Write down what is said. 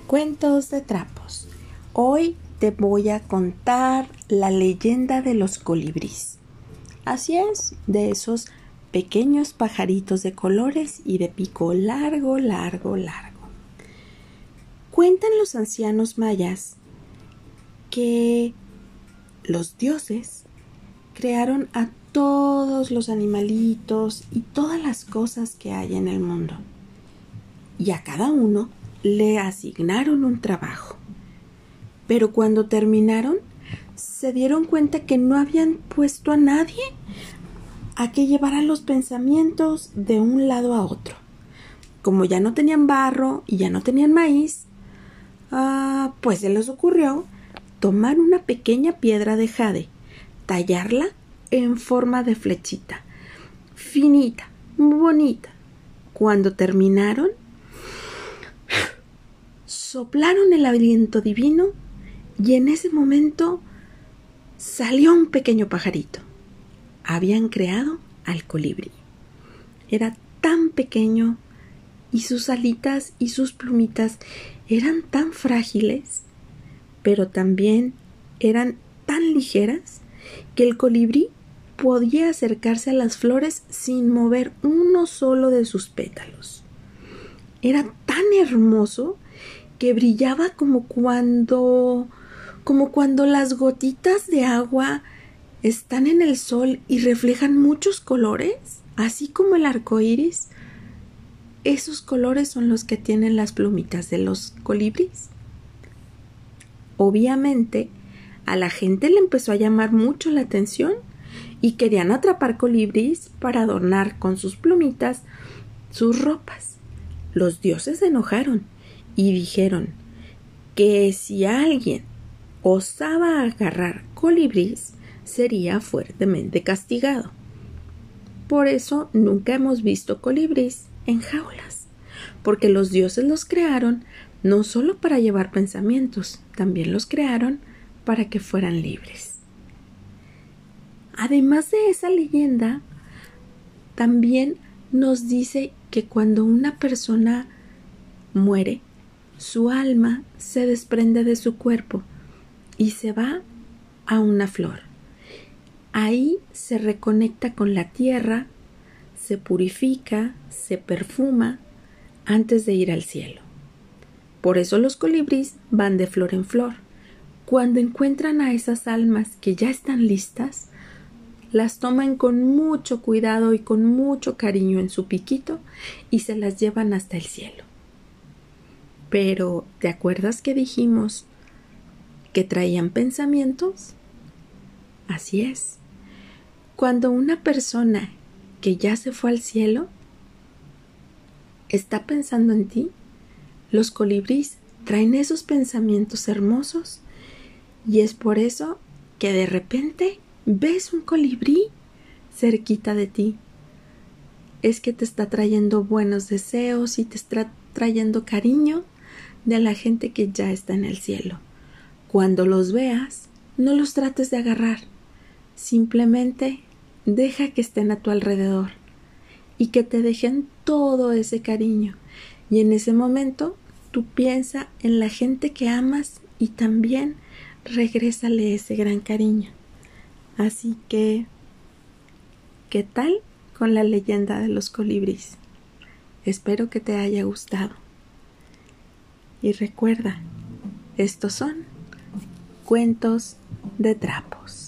Cuentos de trapos. Hoy te voy a contar la leyenda de los colibríes. Así es, de esos pequeños pajaritos de colores y de pico largo. Cuentan los ancianos mayas que los dioses crearon a todos los animalitos y todas las cosas que hay en el mundo. Y a cada uno le asignaron un trabajo. Pero cuando terminaron, se dieron cuenta que no habían puesto a nadie a que llevara los pensamientos de un lado a otro. Como ya no tenían barro y ya no tenían maíz, pues se les ocurrió tomar una pequeña piedra de jade, tallarla en forma de flechita, finita, muy bonita. Cuando terminaron, soplaron el aliento divino y en ese momento salió un pequeño pajarito. Habían creado al colibrí. Era tan pequeño y sus alitas y sus plumitas eran tan frágiles, pero también eran tan ligeras que el colibrí podía acercarse a las flores sin mover uno solo de sus pétalos. Era tan hermoso que brillaba como cuando las gotitas de agua están en el sol y reflejan muchos colores, así como el arco iris. Esos colores son los que tienen las plumitas de los colibríes. Obviamente, a la gente le empezó a llamar mucho la atención y querían atrapar colibríes para adornar con sus plumitas sus ropas. Los dioses se enojaron y dijeron que si alguien osaba agarrar colibríes, sería fuertemente castigado. Por eso nunca hemos visto colibríes en jaulas, porque los dioses los crearon no solo para llevar pensamientos, también los crearon para que fueran libres. Además de esa leyenda, también nos dice que cuando una persona muere, su alma se desprende de su cuerpo y se va a una flor. Ahí se reconecta con la tierra, se purifica, se perfuma antes de ir al cielo. Por eso los colibríes van de flor en flor. Cuando encuentran a esas almas que ya están listas, las toman con mucho cuidado y con mucho cariño en su piquito y se las llevan hasta el cielo. Pero, ¿te acuerdas que dijimos que traían pensamientos? Así es. Cuando una persona que ya se fue al cielo está pensando en ti, los colibríes traen esos pensamientos hermosos y es por eso que de repente ves un colibrí cerquita de ti. Es que te está trayendo buenos deseos y te está trayendo cariño de la gente que ya está en el cielo. Cuando los veas, no los trates de agarrar. Simplemente deja que estén a tu alrededor y que te dejen todo ese cariño. Y en ese momento, tú piensa en la gente que amas y también regrésale ese gran cariño. Así que, ¿qué tal con la leyenda de los colibríes? Espero que te haya gustado. Y recuerda, estos son cuentos de trapos.